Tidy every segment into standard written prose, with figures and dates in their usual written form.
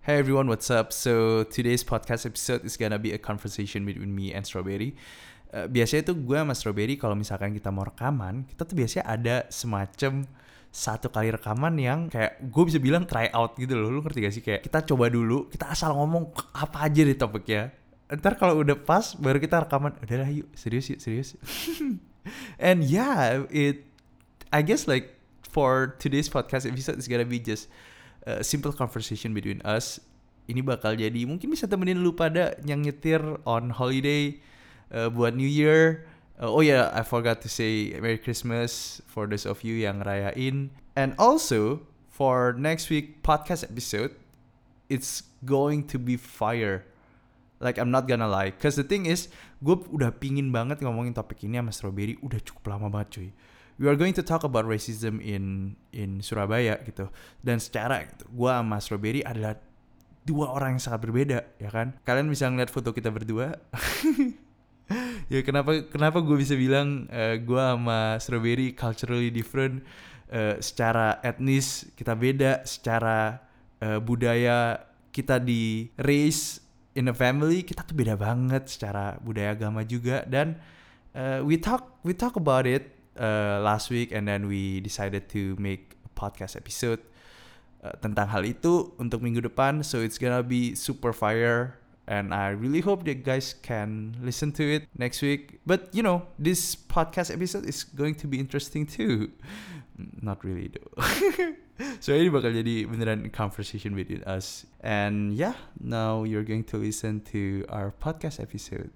Hey everyone, what's up? So today's podcast episode is gonna be a conversation between me and Strawberry. Biasanya tuh gue sama Strawberry kalau misalkan kita mau rekaman, kita tuh biasanya ada semacam satu kali rekaman yang kayak gue bisa bilang try out gitu loh. Lu ngerti gak sih? Kayak kita coba dulu, kita asal ngomong apa aja di topiknya. Ntar kalau udah pas, baru kita rekaman. Udahlah yuk, serius. And yeah, I guess like for today's podcast episode is gonna be just simple conversation between us. Ini bakal jadi mungkin bisa temenin lu pada yang nyetir on holiday buat New Year. Oh yeah, I forgot to say Merry Christmas for those of you yang ngerayain. And also for next week podcast episode, it's going to be fire. Like I'm not gonna lie, cause the thing is, gue udah pingin banget ngomongin topik ini sama Strawberry, udah cukup lama banget cuy. We are going to talk about racism in Surabaya gitu. Dan secara gitu, gue sama Strawberry adalah dua orang yang sangat berbeda, ya kan? Kalian bisa ngeliat foto kita berdua. Ya kenapa gue bisa bilang gue sama Strawberry culturally different. Secara etnis kita beda, secara budaya kita di race in a family kita tuh beda banget, secara budaya agama juga. Dan we talk about it last week, and then we decided to make a podcast episode tentang hal itu untuk minggu depan. So it's gonna be super fire, and I really hope that guys can listen to it next week. But you know, this podcast episode is going to be interesting too. Not really though. So ini bakal jadi beneran conversation between us. And yeah, now you're going to listen to our podcast episode.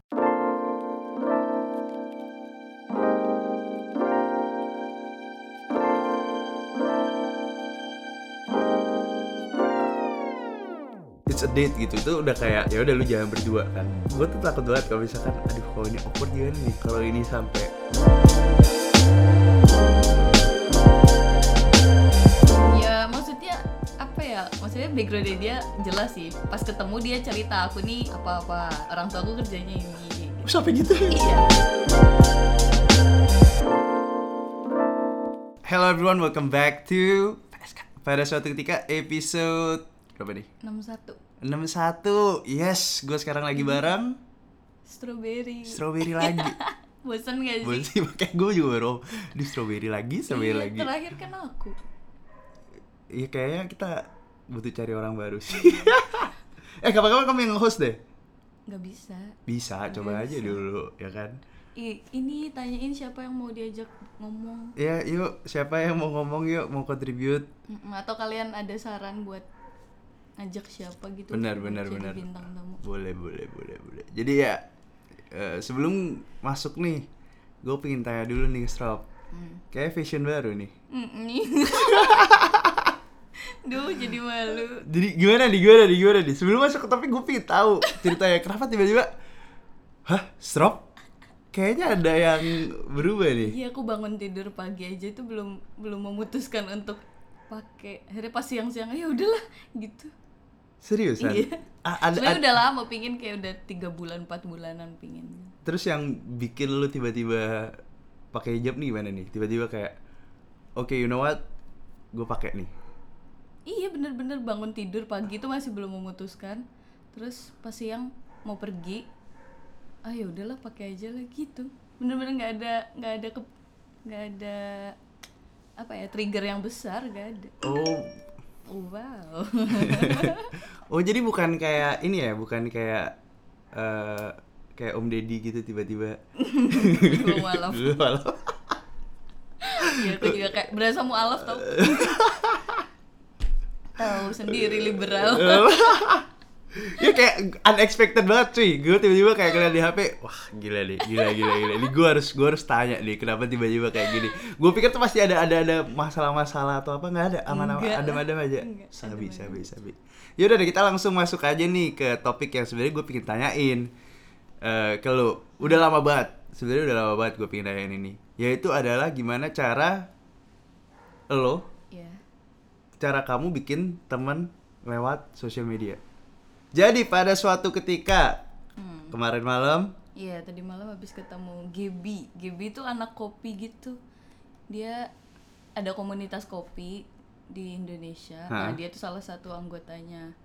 It's a date gitu, itu udah kayak ya udah lu jangan berdua kan. Gue tuh takut banget kalau misalkan aduh kalau ini awkward gimana nih kalau ini sampai ya maksudnya apa ya, maksudnya backgroundnya dia jelas sih, pas ketemu dia cerita aku nih apa orang tua aku kerjanya ini gitu. sampai gitu. Iya. Hello everyone, welcome back to pada suatu ketika episode berapa nih? 61. Yes, gue sekarang lagi bareng Strawberry lagi. bosan gak sih? Boleh sih, makanya gue juga baru di Strawberry lagi. Iya, terakhir kan aku. Iya, kayaknya kita butuh cari orang baru sih. Kapan-kapan kamu yang nge-host deh? Gak bisa. Bisa, coba aja dulu, ya kan? Ini tanyain siapa yang mau diajak ngomong. Ya, yuk, siapa yang mau ngomong, yuk, mau contribute. Atau kalian ada saran buat ngajak siapa gitu? Benar. Bintang tamu. Boleh. Jadi ya, sebelum masuk nih, gue pengen tanya dulu nih, Strop. Kayak fashion baru nih. Nih. Duh, jadi malu. Jadi gimana nih? Sebelum masuk ke topik gue pengen tahu ceritanya kenapa tiba-tiba Strop? Kayaknya ada yang berubah nih. Iya, aku bangun tidur pagi aja itu belum memutuskan untuk pakai. Akhirnya pas siang-siang ya udahlah gitu. Seriusan? Iya. Sebenarnya udah lama pingin, kayak udah 3 bulan 4 bulanan pingin. Terus yang bikin lu tiba-tiba pakai hijab nih gimana nih? Tiba-tiba kayak okay, you know what? Gue pakai nih. Iya, bener-bener bangun tidur pagi itu masih belum memutuskan. Terus pas siang mau pergi, ya udahlah pakai aja lah gitu. Bener-bener nggak ada apa ya, trigger yang besar, nggak ada. Oh wow. Oh, jadi bukan kayak ini ya, bukan kayak kayak Om Deddy gitu tiba-tiba. Belum mualaf. Ya aku juga kayak berasa mualaf tau. Tahu sendiri liberal. Ya kayak unexpected banget cuy. Gue tiba-tiba kayak ngeliat di HP, wah gila deh, gila. Ini gue harus tanya nih kenapa tiba-tiba kayak gini. Gue pikir tuh pasti ada masalah-masalah atau apa, nggak ada, aman-aman, adem-adem aja. Sabi. Ya udah deh, kita langsung masuk aja nih ke topik yang sebenarnya gue pengen tanyain ke lu. Udah lama banget gue pengen tanyain ini. Yaitu adalah gimana cara lo, cara kamu bikin teman lewat sosial media. Jadi pada suatu ketika kemarin malam, iya tadi malam habis ketemu Gaby itu anak kopi gitu. Dia ada komunitas kopi di Indonesia. Nah, dia tuh salah satu anggotanya.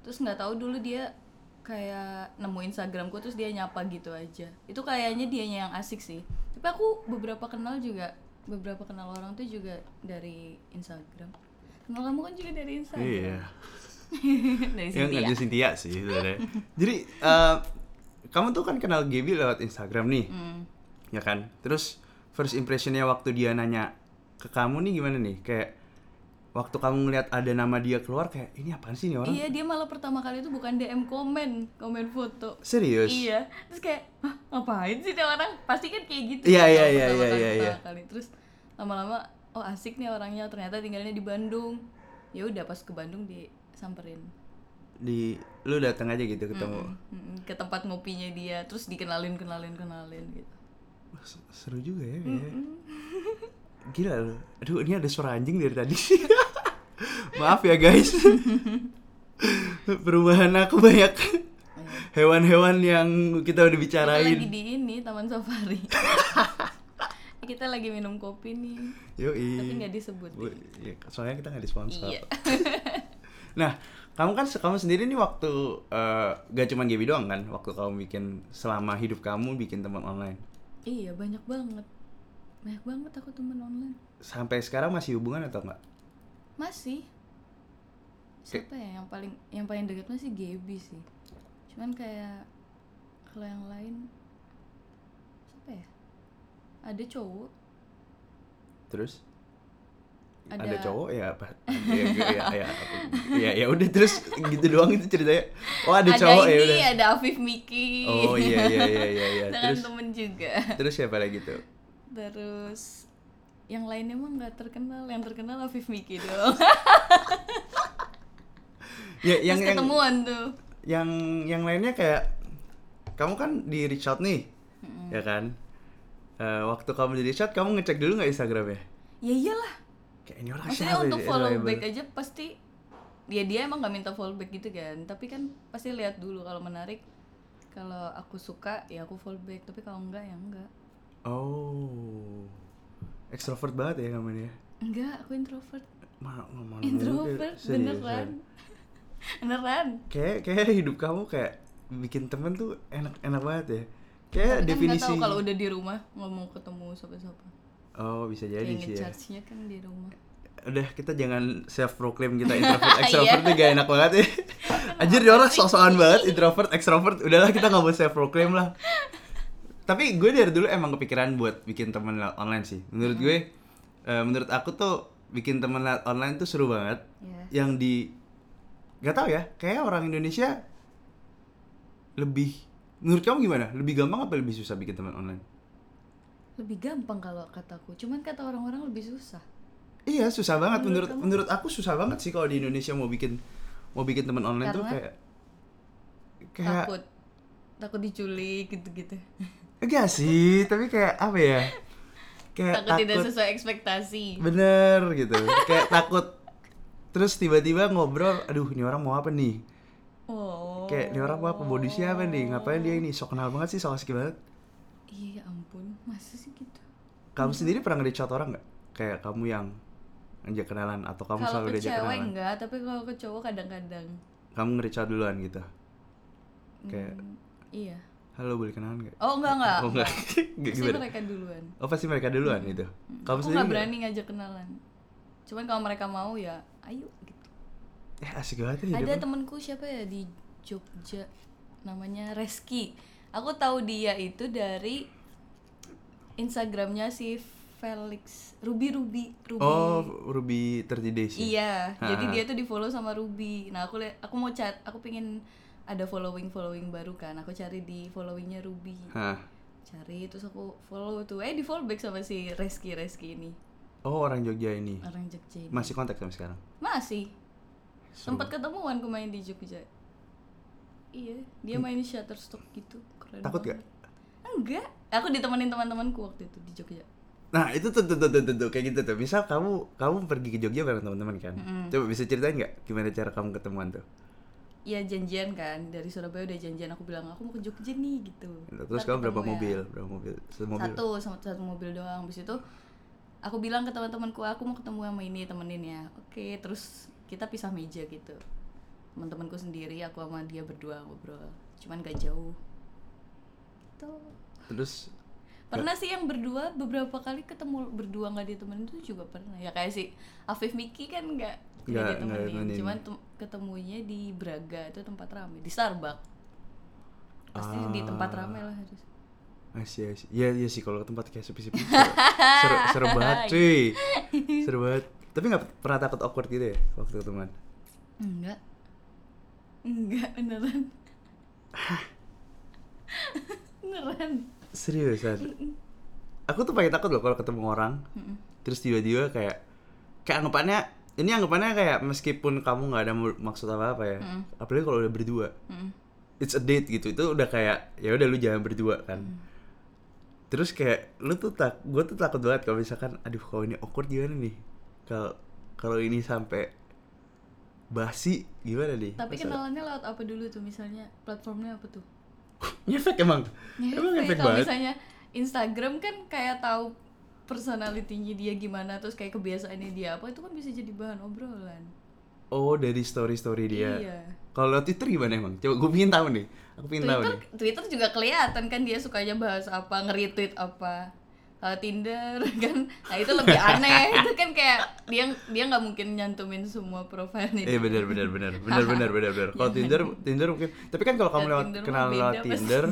Terus nggak tahu dulu dia kayak nemu Instagramku terus dia nyapa gitu aja. Itu kayaknya dianya yang asik sih. Tapi aku beberapa kenal orang tuh juga dari Instagram. Kenal kamu kan juga dari Instagram. Iya. Dari Yang Cynthia. ngajak Cynthia sih sebenarnya. Jadi kamu tuh kan kenal Gaby lewat Instagram nih, ya kan? Terus first impressionnya waktu dia nanya ke kamu nih gimana nih? Kayak waktu kamu ngeliat ada nama dia keluar kayak ini apaan sih nih orang? Iya, dia malah pertama kali itu bukan DM komen foto. Serius? Iya, terus kayak, hah, ngapain sih nih orang? Pasti kan kayak gitu. Iya, kan, iya, kalau iya, pertama iya, kali, iya, pertama iya. kali. Terus lama-lama, oh asik nih orangnya, ternyata tinggalnya di Bandung. Ya udah pas ke Bandung disamperin. Lu datang aja gitu ketemu. Ke tempat ngopinya dia, terus dikenalin gitu. Wah, seru juga ya. Gila lu. Aduh, ini ada suara anjing dari tadi. Maaf ya guys. Perubahan aku banyak hewan-hewan yang kita udah Kita bicarain. lagi di ini Taman Safari. Kita lagi minum kopi nih. Yoi. Tapi nggak disebut. Ya, soalnya kita nggak disponsor. Iya. Nah, kamu sendiri nih waktu gak cuma Gaby doang kan? Waktu kamu bikin selama hidup kamu bikin teman online. Iya, banyak banget aku teman online. Sampai sekarang masih hubungan atau enggak? Masih. Siapa ya yang paling dekat masih Gaby sih. Cuman kayak kalau yang lain siapa ya? Ada cowok. Terus? Ada cowok ya apa? Ya udah terus gitu doang itu ceritanya. Oh, ada cowok ya udah. Ada Afif Miki. Oh iya. Dengan Terus temen juga. terus siapa lagi tuh? Terus yang lainnya emang nggak terkenal, yang terkenal Afif Miki doang. Ya, Terus ketemuan tuh. Yang lainnya kayak kamu kan di reach out nih, ya kan? Waktu kamu di reach out, kamu ngecek dulu nggak Instagramnya? Ya iyalah. Kayak ini orang Maksudnya siapa untuk ya? follow Reliable. back aja pasti dia emang nggak minta follow back gitu kan, tapi kan pasti lihat dulu kalau menarik. Kalau aku suka ya aku follow back, tapi kalau enggak ya enggak. Oh, ekstrovert banget ya kamu ini ya? Enggak, aku introvert. Ngomong Introvert beneran. Kayak hidup kamu kayak bikin temen tuh enak banget ya. Kayak Tapi definisi. kan nggak tahu kalau udah di rumah nggak mau ketemu siapa-siapa. Oh, bisa jadi Kayak sih ya. ngecharge-nya kan di rumah. Udah, kita jangan self proclaim kita introvert extrovert tuh gak enak banget ya. Anjir, dia orang sok-sokan banget introvert extrovert. Udahlah, kita nggak mau self proclaim lah. Tapi gue dari dulu emang kepikiran buat bikin temen online sih. Menurut gue, menurut aku tuh bikin temen online tuh seru banget. Yeah. Yang gak tau ya, kayak orang Indonesia lebih, menurut kamu gimana? Lebih gampang apa lebih susah bikin teman online? Lebih gampang kalau kataku, cuman kata orang-orang lebih susah. Iya, susah banget. Menurut Menurut aku susah banget sih kalau di Indonesia mau bikin teman online. Karena tuh kayak takut diculik gitu-gitu. enggak sih, tapi kayak apa ya? Kayak takut tidak sesuai ekspektasi. Bener gitu. Kayak takut terus tiba-tiba ngobrol, aduh ini orang mau apa nih? Oh. Kayak ini orang mau apa, modusnya apa nih? Ngapain dia ini? Sok kenal banget sih, sok asik banget. Iya ampun, masa sih gitu? Kamu sendiri pernah nge-reach out orang nggak? Kayak kamu yang ngajak kenalan atau kamu Kalau selalu ke diajak cewek kenalan? enggak, tapi kalau ke cowok kadang-kadang. Kamu nge-reach out duluan gitu? Kayak, Iya. halo boleh kenalan nggak? Oh enggak. Oh enggak. Pasti Gimana? mereka duluan. Oh pasti mereka duluan gitu? Kamu Aku sendiri nggak nggak? berani ngajak kenalan. Cuman kalau mereka mau ya, ayo gitu. Asik banget ya Ada hidupnya. temanku siapa ya di Jogja, namanya Reski. Aku tahu dia itu dari Instagramnya si Felix Ruby. Oh, Ruby 30 Days ya? Iya, Ha. jadi dia tuh di follow sama Ruby. Nah aku mau chat, aku pengen ada following baru kan. Aku cari di followingnya Ruby. Hah. Cari terus aku follow tuh, di follow back sama si Reski ini. Oh, orang Jogja ini. Orang Jogja ini. Masih kontak sampai sekarang? Masih. Sempat ketemuan aku main di Jogja. Iya, dia main di Shutterstock gitu. Keren Takut banget. gak? Enggak. Aku ditemenin teman-temanku waktu itu di Jogja. Nah itu tuh kayak gitu tuh. Misal kamu pergi ke Jogja bareng teman-teman kan? Coba bisa ceritain nggak gimana cara kamu ketemuan tuh? Iya janjian kan, dari Surabaya udah janjian. Aku bilang aku mau ke Jogja nih gitu. Terus Ntar kamu berapa ketemu ya. mobil? Satu mobil? Satu mobil doang. Habis itu aku bilang ke teman-temanku aku mau ketemu sama ini, temenin ya. Oke, terus kita pisah meja gitu. teman-temanku sendiri, aku sama dia berdua ngobrol, cuman gak jauh gitu. Terus Pernah sih yang berdua, beberapa kali ketemu berdua nggak ditemenin itu juga pernah ya, kayak si Afif Miki kan nggak ditemenin, cuman ketemunya di Braga, itu tempat rame, di Starbucks pasti di tempat rame lah harus. Asyik. Iya sih kalau ke tempat kayak sepi-sepi seru banget cuy. Seru banget. Tapi nggak pernah takut awkward gitu ya waktu ketemuan? Enggak beneran. Beneran. Seriusan? Aku tuh paling takut loh kalau ketemu orang. Terus tiba-tiba kayak anggapannya kayak meskipun kamu nggak ada maksud apa-apa ya. Apalagi kalau udah berdua. It's a date gitu. Itu udah kayak ya udah lu jangan berdua kan. Terus kayak gue tuh takut banget kalau misalkan aduh kalau ini awkward gimana nih. Kalau ini sampai basi gimana nih? Tapi kenalannya lewat apa dulu tuh, misalnya platformnya apa tuh? Ngefek emang ngefek kalau banget. misalnya Instagram kan kayak tahu personality-nya dia gimana, terus kayak kebiasaannya dia apa, itu kan bisa jadi bahan obrolan. Oh, dari story dia. Iya. Kalau Twitter gimana emang? Coba gue pengen tahu nih. Aku pengen tahu nih. Twitter juga kelihatan kan dia sukanya bahas apa, nge-retweet apa. Kalau Tinder kan, nah itu lebih aneh. Itu kan kayak dia nggak mungkin nyantumin semua profilnya. Benar. Kalau Tinder mungkin. Tapi kan kalau kamu kenal lewat Tinder,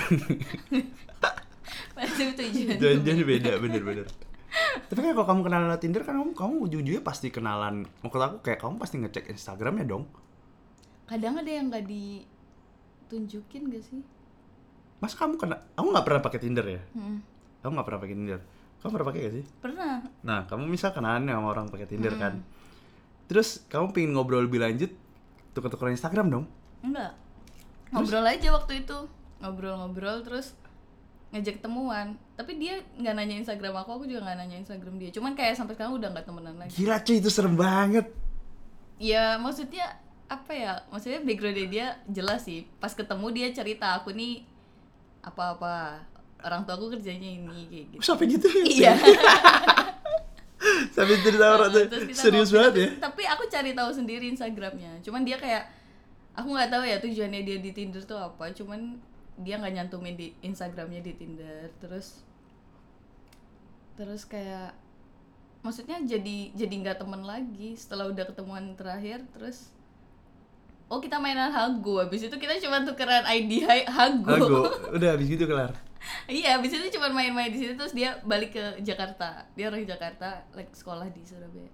pasti tujuan. jangan beda, benar. Tapi kan kalau kamu kenal lewat Tinder kan kamu ujung-ujungnya pasti kenalan. Maksud aku kayak kamu pasti ngecek Instagramnya dong. Kadang ada yang nggak ditunjukin gak sih? Mas kamu nggak pernah pakai Tinder ya? Kamu nggak pernah pakai Tinder? Kamu pernah pakai gak sih? Pernah. Nah, kamu misal kenalan sama orang pakai Tinder kan? Terus kamu pengen ngobrol lebih lanjut, tuker-tukeran Instagram dong? Enggak. Ngobrol aja waktu itu. Ngobrol terus ngajak ketemuan. Tapi dia nggak nanya Instagram aku juga nggak nanya Instagram dia. Cuman kayak sampai sekarang udah nggak temenan lagi. Gila cuy, itu serem banget. Ya maksudnya apa ya? Maksudnya background dia jelas sih. Pas ketemu dia cerita, aku nih apa-apa, orang tua aku kerjanya ini kayak gitu. Sampai gitu ya? Iya. Sampai cerita orang tuh serius banget ya. Tapi aku cari tahu sendiri Instagramnya. Cuman dia kayak aku nggak tahu ya tujuannya dia di Tinder tuh apa. Cuman dia nggak nyantumin di Instagramnya di Tinder. Terus kayak maksudnya jadi nggak temen lagi setelah udah ketemuan terakhir. Terus kita mainan Hago. Habis itu kita cuma tukeran ID Hago. Udah habis gitu kelar. Iya, habis itu cuma main-main di situ, terus dia balik ke Jakarta. Dia orang Jakarta, sekolah di Surabaya.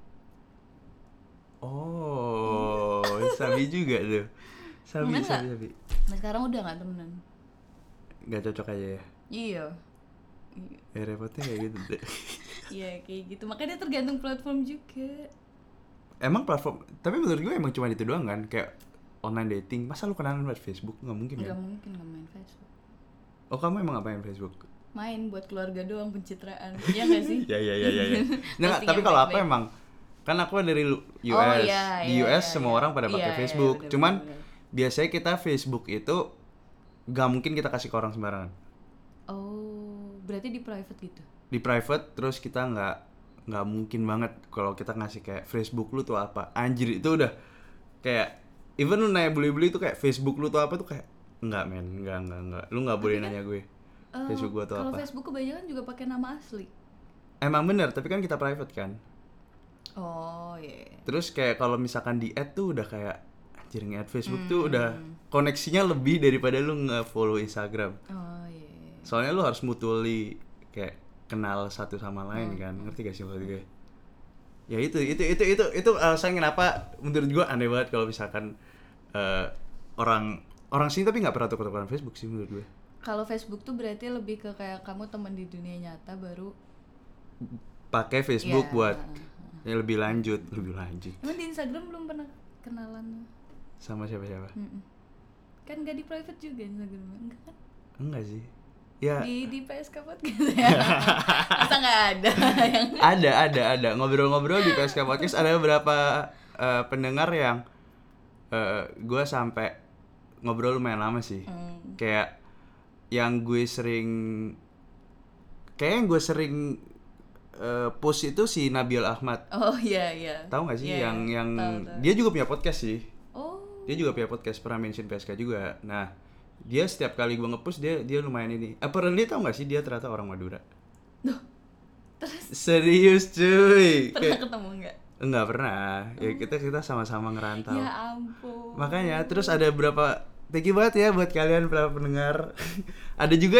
Oh, sabi juga tuh. Sabi. Nah, sekarang udah nggak temenan. Nggak cocok aja ya? Iya. Repotnya kayak gitu deh. Iya, kayak gitu. Makanya tergantung platform juga. Emang platform, tapi menurut gue emang cuma itu doang kan? Kayak online dating. Masa lu kenalan lewat Facebook? Nggak mungkin ya? Nggak mungkin nggak main Facebook. Oh, kamu emang ngapain Facebook? Main buat keluarga doang, pencitraan. Iya nggak sih? Iya. Nah, tapi kalau aku emang kan aku dari US. Di US semua orang pada pakai Facebook. Bener, Cuman biasanya kita Facebook itu gak mungkin kita kasih ke orang sembarangan. Oh, berarti di private gitu? Di private, terus kita nggak mungkin banget kalau kita ngasih kayak Facebook lu tuh apa. Anjir, itu udah kayak even lu nanya beli-beli itu kayak Facebook lu tuh apa tuh kayak enggak men, enggak. Lu nggak boleh nanya gue. Facebook gua tuh apa. Kalau Facebook kebanyakan juga pakai nama asli. Emang bener, tapi kan kita private kan. Oh iya. Terus kayak kalau misalkan di add tuh udah kayak anjir, nge-add Facebook tuh udah koneksinya lebih daripada lu nge-follow Instagram. Oh iya. Soalnya lu harus mutually kayak kenal satu sama lain kan. Ngerti gak sih maksud gue? Ya itu alasan kenapa menurut gue aneh banget kalau misalkan orang sini tapi nggak pernah tuker-tukeran Facebook sih menurut gue. Kalau Facebook tuh berarti lebih ke kayak kamu teman di dunia nyata baru pakai Facebook buat yang lebih lanjut. Emang di Instagram belum pernah kenalan sama siapa-siapa? Kan nggak di private juga Instagramnya, enggak kan? Enggak sih. Ya. Di PSK Podcast ya. Masa nggak ada yang ada ngobrol-ngobrol di PSK Podcast. Ada beberapa pendengar yang gue sampai ngobrol lumayan lama sih. Kayak yang gue sering post itu si Nabil Ahmad. Oh iya. Tahu nggak sih yang tahu. Dia juga punya podcast sih. Oh. Dia juga punya podcast, pernah mention PSK juga. Nah, dia setiap kali gue nge-push dia lumayan ini. Apparently tau gak sih dia ternyata orang Madura. Duh, terus Serius cuy. pernah ketemu nggak? Enggak pernah. Ya kita sama-sama ngerantau. Ya ampun. Makanya terus ada berapa, thank you banget ya buat kalian para pendengar. Ada juga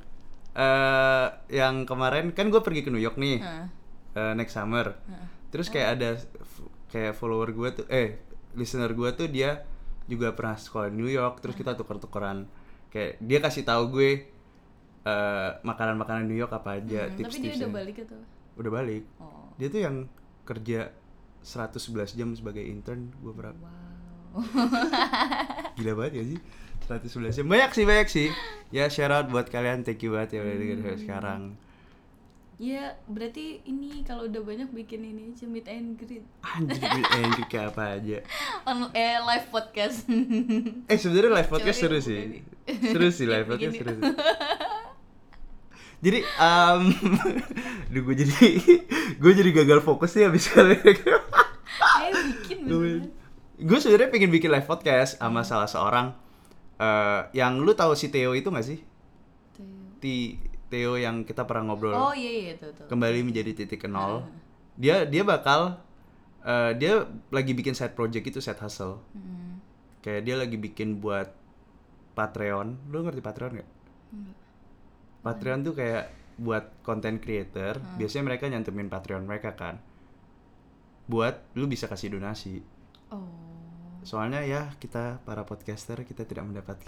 yang kemarin kan gue pergi ke New York nih. Next summer. Terus kayak ada kayak follower gue tuh listener gue tuh dia juga pernah sekolah di New York. Terus kita tuker-tukeran, kayak dia kasih tahu gue makanan-makanan New York apa aja, tips-tipsnya. Tapi dia udah balik atau? Udah balik. Oh. Dia tuh yang kerja 111 jam sebagai intern. Gue berapa? Wow. Gila banget ya sih, 111 jam. Banyak sih. Ya shout out buat kalian, thank you banget ya udah dengerin sekarang. Ya berarti ini kalau udah banyak bikin ini aja meet and greet. Anjir, meet and greet kayak apa aja. Live podcast. Sebenarnya live podcast seru sih. Seru sih live podcast seru sih. Jadi gue jadi gagal fokus nih abis kali. Bikin beneran. Gue sebenarnya pengen bikin live podcast sama salah seorang yang lu tahu si Theo itu nggak sih? Theo yang kita pernah ngobrol. Oh iya tuh. Kembali menjadi titik nol. Dia bakal dia lagi bikin side project itu, side hustle. Kayak dia lagi bikin buat Patreon. Lu ngerti Patreon nggak? Patreon tuh kayak buat content creator. Biasanya mereka nyantumin Patreon mereka kan, buat lu bisa kasih donasi. Oh. Soalnya ya kita para podcaster kita tidak mendapatkan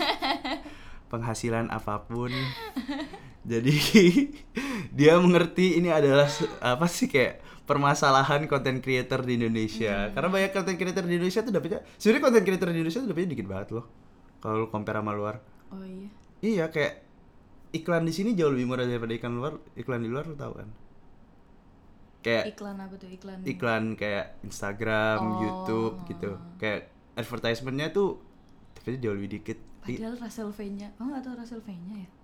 penghasilan apapun. Jadi dia mengerti ini adalah apa sih kayak permasalahan content creator di Indonesia. Karena banyak content creator di Indonesia tuh dapetnya, sebenarnya content creator di Indonesia tuh dapetnya dikit banget loh kalau lu compare sama luar. Oh iya. Iya, kayak iklan di sini jauh lebih murah daripada iklan di luar, lu tahu kan? Kayak iklan apa tuh iklan? Iklan kayak Instagram, YouTube gitu. Kayak advertisement-nya tuh tapi jauh lebih dikit. Padahal Russell V-nya. Oh enggak tahu Russell V-nya ya?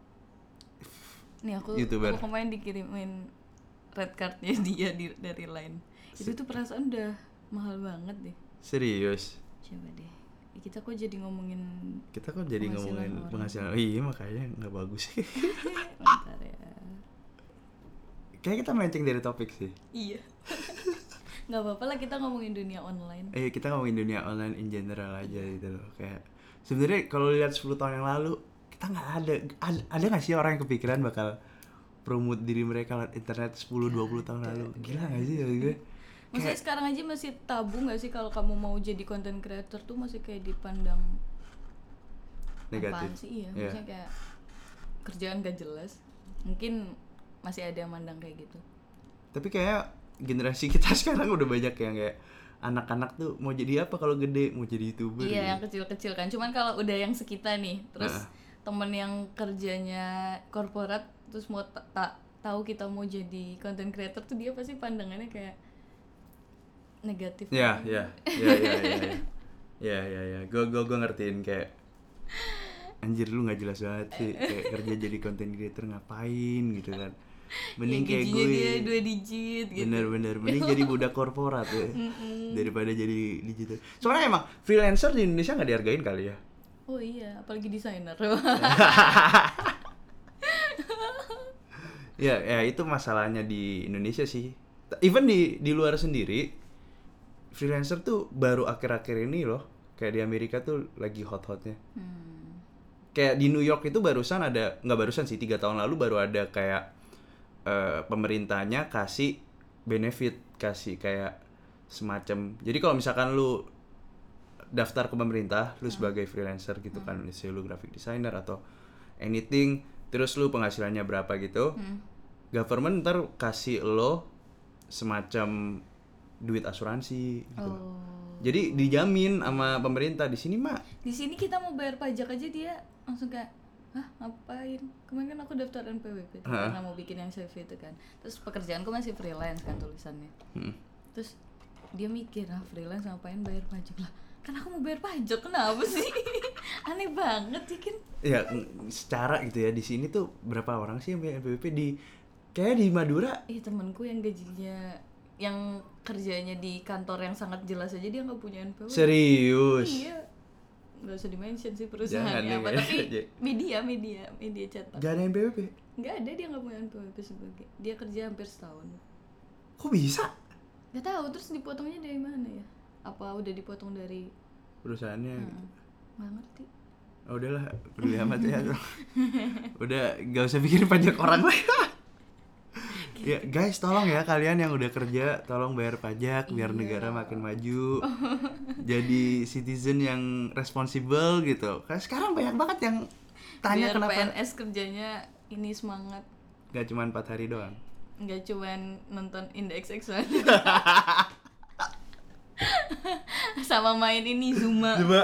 Nih aku YouTuber. kemarin dikirimin red card-nya dia dari Line. Itu tuh perasaan udah mahal banget deh. Serius? Coba deh. Kita kok jadi ngomongin penghasilan. Oh, iya makanya nggak bagus sih. Bentar ya. Kayak kita melenceng dari topik sih. Iya. Nggak apa-apa lah kita ngomongin dunia online. Kita ngomongin dunia online in general aja gitu loh. Kayak sebenarnya kalau lihat 10 tahun yang lalu kita nggak ada nggak sih orang yang kepikiran bakal promote diri mereka lewat internet 10-20 tahun lalu. Gila nggak sih gue? Maksudnya sekarang aja masih tabu nggak sih kalau kamu mau jadi content creator tuh masih kayak dipandang negatif. Apaan sih iya. Maksudnya kayak kerjaan gak jelas. Mungkin masih ada yang mandang kayak gitu. Tapi kayak generasi kita sekarang udah banyak yang kayak anak-anak tuh mau jadi apa kalau gede, mau jadi YouTuber. Iya, gitu. yang kecil-kecil kan. Cuman kalau udah yang sekitar nih, terus temen yang kerjanya korporat terus mau tahu kita mau jadi content creator tuh dia pasti pandangannya kayak negatif. Iya. Gue ngertiin kayak anjir lu nggak jelas banget sih kayak kerja jadi content creator ngapain gitu kan. Mending ya, kayak gue dia 2 digit gitu. Bener mending jadi budak korporat ya daripada jadi digital. Soalnya emang freelancer di Indonesia nggak dihargain kali ya. Oh iya, apalagi desainer. Ya itu masalahnya di Indonesia sih. Even di luar sendiri freelancer tuh baru akhir-akhir ini loh. Kayak di Amerika tuh lagi hot-hotnya. Kayak di New York itu barusan ada, nggak barusan sih, 3 tahun lalu baru ada kayak pemerintahnya kasih benefit, kasih kayak semacam. Jadi kalau misalkan lu daftar ke pemerintah, lu sebagai freelancer gitu kan, misalnya lu graphic designer atau anything, terus lu penghasilannya berapa gitu, government ntar kasih lo semacam duit asuransi gitu. Jadi dijamin sama pemerintah. Di sini mah, di sini kita mau bayar pajak aja dia langsung kayak, hah ngapain? Kemarin kan aku daftar NPWP karena mau bikin yang CV itu kan. Terus pekerjaanku masih freelance kan tulisannya. Terus dia mikir, freelance ngapain bayar pajak lah? Kan aku mau bayar pajak, kenapa sih? Aneh banget sih kan. Ya secara gitu ya, di sini tuh berapa orang sih yang bayar NPWP kayak di Madura? Temanku yang gajinya yang kerjanya di kantor yang sangat jelas aja dia nggak punya NPWP. Serius? Iya, nggak usah di-mention sih Jangan perusahaannya deh, apa, nggak tapi aja. media cetak. Gak ada NPWP? Nggak ada, dia nggak punya NPWP sebagai, dia kerja hampir setahun. Kok bisa? Nggak tahu, terus dipotongnya dari mana ya? Apa udah dipotong dari Perusahaannya? nggak ngerti. Oh, udahlah, peduli amat ya. Udah, gak usah pikirin pajak orang lah. Ya guys, tolong ya kalian yang udah kerja, tolong bayar pajak biar negara makin maju. Jadi citizen yang responsible gitu. Karena sekarang banyak banget yang tanya Biar kenapa PNS kerjanya ini semangat, gak cuma 4 hari doang. nggak cuman nonton Index X1 sama main ini Zuma. Coba.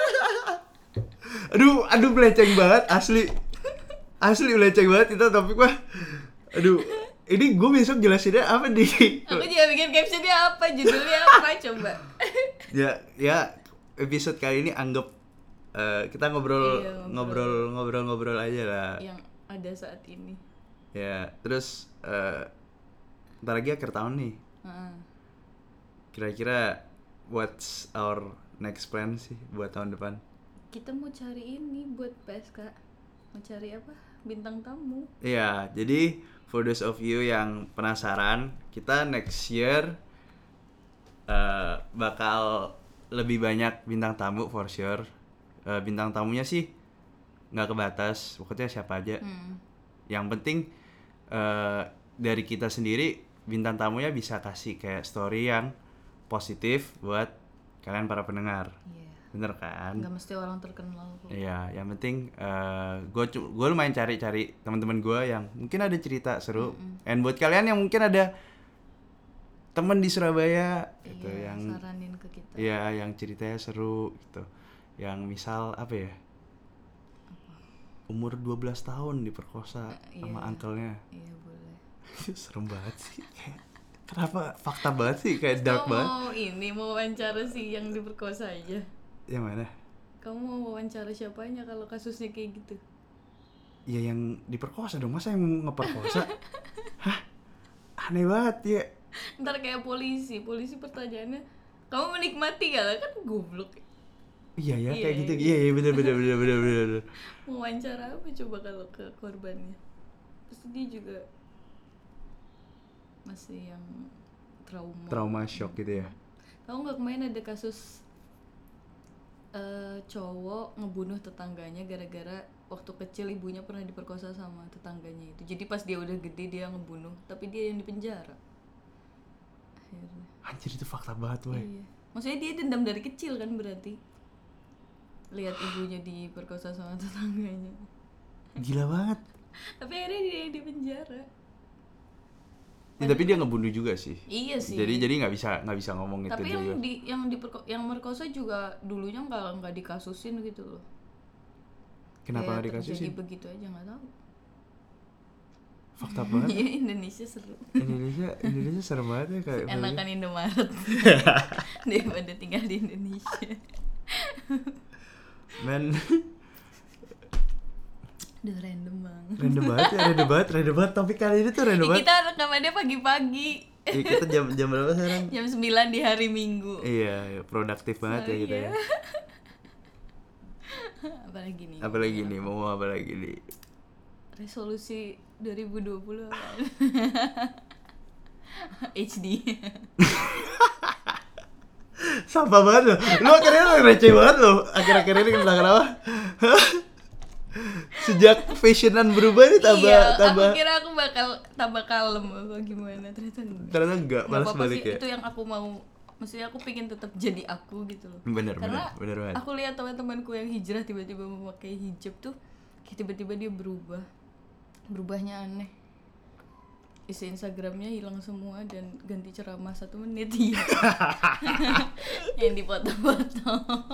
Aduh beleceng banget, asli beleceng banget itu topik mah. Aduh, ini gue besok jelasinnya apa nih? Aku juga bikin captionnya apa, judulnya apa coba. Ya episode kali ini anggap kita ngobrol Iya, ngobrol aja lah. Yang ada saat ini. Ya, terus ntar lagi akhir tahun nih. Kira-kira what's our next plan sih buat tahun depan? Kita mau cari ini buat PSK. Mau cari apa? Bintang tamu. Iya, jadi for those of you yang penasaran, kita next year bakal lebih banyak bintang tamu for sure. Bintang tamunya sih nggak kebatas, pokoknya siapa aja. Yang penting dari kita sendiri, bintang tamunya bisa kasih kayak story yang positif buat kalian para pendengar. Iya. Bener kan? Nggak mesti orang terkenal kok. Iya, yang penting gue lumayan cari teman-teman gue yang mungkin ada cerita seru. And buat kalian yang mungkin ada teman di Surabaya gitu yang saranin ke kita. Iya, yang ceritanya seru gitu. Yang misal apa ya? Umur 12 tahun diperkosa sama uncle-nya. Iya, boleh. Serem banget sih. Kenapa fakta banget sih, kayak dark banget. Mau wawancara sih yang diperkosa aja. Yang mana? Kamu mau wawancara siapanya kalau kasusnya kayak gitu? Ya yang diperkosa dong, masa yang ngeperkosa? Hah? Aneh banget ya. Ntar kayak polisi pertanyaannya, kamu menikmati gak lah, kan goblok. Iya ya, kayak gitu. Iya bener. Mau wawancara apa coba kalau ke korbannya? Pasti dia juga masih yang trauma shock gitu ya. Tahu nggak kemarin ada kasus cowok ngebunuh tetangganya gara-gara waktu kecil ibunya pernah diperkosa sama tetangganya itu. Jadi pas dia udah gede dia ngebunuh, tapi dia yang dipenjara. Akhirnya. Anjir, itu fakta banget woy. Iya. Maksudnya dia dendam dari kecil kan berarti. Lihat ibunya diperkosa sama tetangganya. Gila banget. Tapi akhirnya dia yang dipenjara. Ya, tapi dia ngebunuh juga sih. Iya sih. Jadi nggak bisa ngomong itu tapi juga. Tapi yang merkosa juga dulunya nggak dikasusin gitu loh. Kenapa nggak dikasusin? Jadi begitu aja, nggak tahu. Fakta banget. Iya, Indonesia seru. Indonesia serem banget ya kayak. Enakan Indomaret daripada tinggal di Indonesia. Men. Udah random banget. Random banget. Topik kali ini tuh random banget. Kita rekamannya pagi-pagi. Iya, kita jam berapa sekarang? Jam 9 di hari Minggu. Iya, produktif banget ya kita ya. Apalagi nih, mau apa lagi nih? Resolusi 2020 HD. Sampah banget loh. Lu akhirnya receh banget loh. Akhir-akhir ini kenapa? Sejak fashionan berubah nih tambah. Aku kira aku bakal tambah kalem apa gimana, ternyata enggak. Balas balik ya. Itu yang aku mau. Maksudnya aku pengen tetap jadi aku gitu loh. Bener banget. Aku lihat teman-temanku yang hijrah tiba-tiba memakai hijab tuh, tiba-tiba dia berubahnya aneh. Isi Instagramnya hilang semua dan ganti ceramah 1 menit ya. Yang dipoto-foto.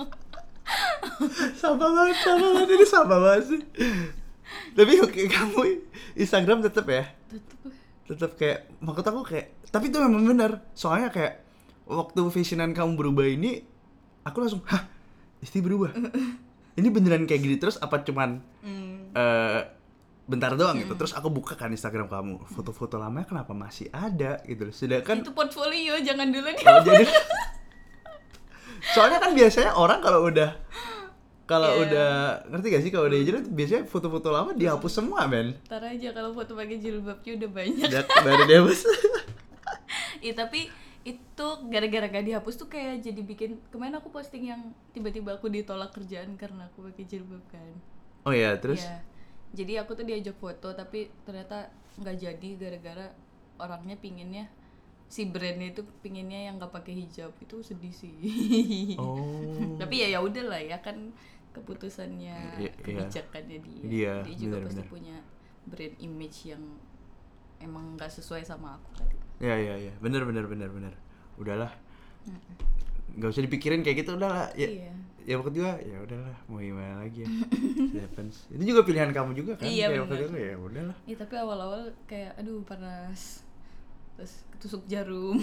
Sampah banget ini sampah banget sih. Tapi kamu Instagram tetap ya? Tetap kayak, maksud aku kayak, tapi itu memang benar. Soalnya kayak waktu fashionan kamu berubah ini, aku langsung, hah, Isti berubah? Ini beneran kayak gini terus apa cuman bentar doang gitu. Terus aku buka kan Instagram kamu, foto-foto lamanya kenapa masih ada gitu. Sedangkan Itu portfolio, jangan dulu oh, jadi soalnya kan biasanya orang kalau udah ngerti gak sih, kalau udah hijrah biasanya foto-foto lama dihapus semua men. Ntar aja kalau foto pakai jilbabnya udah banyak. Baru dihapus. Tapi itu gara-gara gak dihapus tuh kayak jadi bikin, kemarin aku posting yang tiba-tiba aku ditolak kerjaan karena aku pakai jilbab kan. Oh iya, terus? Ya, jadi aku tuh diajak foto tapi ternyata nggak jadi gara-gara orangnya pinginnya, si brandnya itu pinginnya yang nggak pakai hijab. Itu sedih sih. Oh. Tapi ya udahlah ya kan, keputusannya, kebijakannya dia juga pasti punya brand image yang emang nggak sesuai sama aku kan. Ya, bener. Udahlah, nggak usah dipikirin kayak gitu, udahlah. Ya, ya waktu juga, ya udahlah, mau gimana lagi ya. Happens. Itu juga pilihan kamu juga kan? Iya kayak bener. waktu itu ya udahlah. Iya tapi awal-awal kayak aduh panas, terus ketusuk jarum.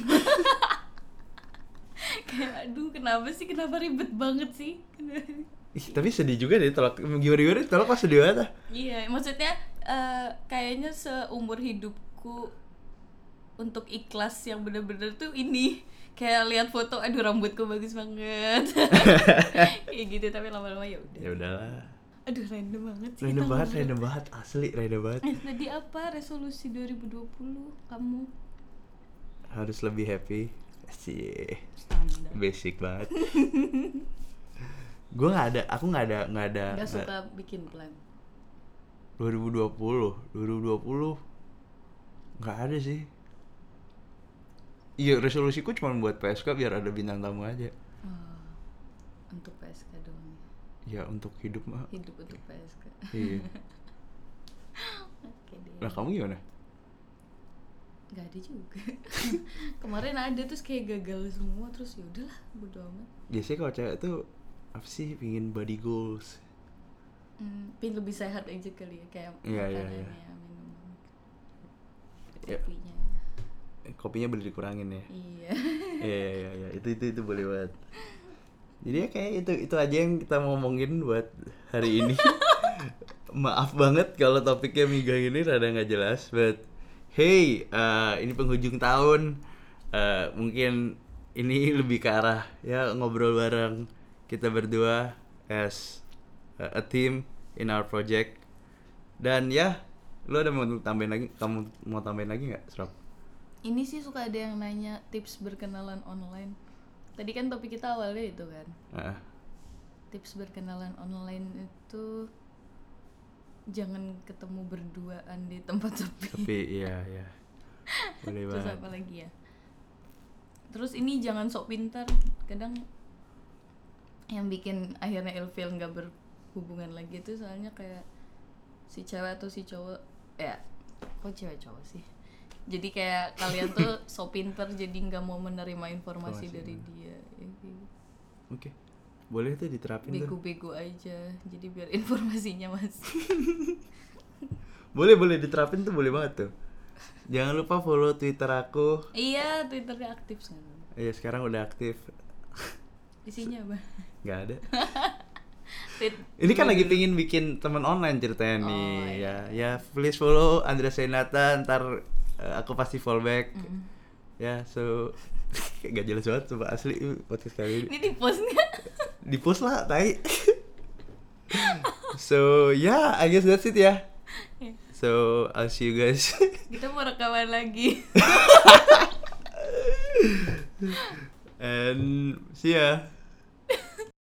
Kayak aduh kenapa ribet banget sih. Tapi sedih juga deh tolak. Gimana tolak pas sedih banget ah. Iya, maksudnya kayaknya seumur hidupku untuk ikhlas yang bener-bener tuh ini, kayak lihat foto aduh rambutku bagus banget. Kayak gitu, tapi lama-lama ya udah. Ya udahlah. Aduh random banget sih. Random banget asli, random banget. Tadi apa resolusi 2020 kamu? Harus lebih happy. Sih. Standar. Basic banget. Aku nggak ada. Gak suka bikin plan. 2020 nggak ada sih. Iya, resolusiku cuma buat PSK biar ada bintang tamu aja. Untuk PSK doang. Ya untuk hidup mah. Hidup untuk PSK. Iya. Oke deh. Nah kamu gimana? Gak ada juga. Kemarin ada terus kayak gagal semua, terus ya udahlah bodo amat. Biasanya kalau cewek tuh apa sih, pingin body goals. Pingin lebih sehat aja kali ya, kayak makanannya, minum ya. Kopinya boleh dikurangin ya. Iya. Iya, itu boleh banget. Jadi ya kayak itu aja yang kita ngomongin buat hari ini. Maaf banget kalau topiknya minggu ini rada nggak jelas, but hey, ini penghujung tahun, mungkin ini lebih ke arah ya ngobrol bareng kita berdua as a team in our project. Dan ya, lu ada mau tambahin lagi? Kamu mau tambahin lagi nggak, Srop? Ini sih suka ada yang nanya tips berkenalan online. Tadi kan topik kita awalnya itu kan. Tips berkenalan online itu jangan ketemu berduaan di tempat sepi. Tapi iya. Boleh banget. Terus apa lagi ya? Terus ini jangan sok pintar. Kadang yang bikin akhirnya ilfeel nggak berhubungan lagi itu soalnya kayak si cewek atau si cowok, ya kok cewek cowok sih. Jadi kayak kalian tuh sok pintar jadi nggak mau menerima informasi dari dia. Oke. Boleh tuh diterapin. Bego-bego aja, jadi biar informasinya masuk. Boleh diterapin tuh, boleh banget tuh. Jangan lupa follow Twitter aku. Iya, Twitternya aktif sekarang. Iya, sekarang udah aktif. Isinya apa? Gak ada. Ini kan lagi pingin bikin teman online ceritanya nih. Ya please follow Andrea Senata, ntar aku pasti fallback. Ya, so gak jelas banget coba asli podcast kali ini. Ini di post nggak? Di post lah, tai. So yeah, I guess that's it ya. So I'll see you guys. Kita mau rekaman lagi. And see ya.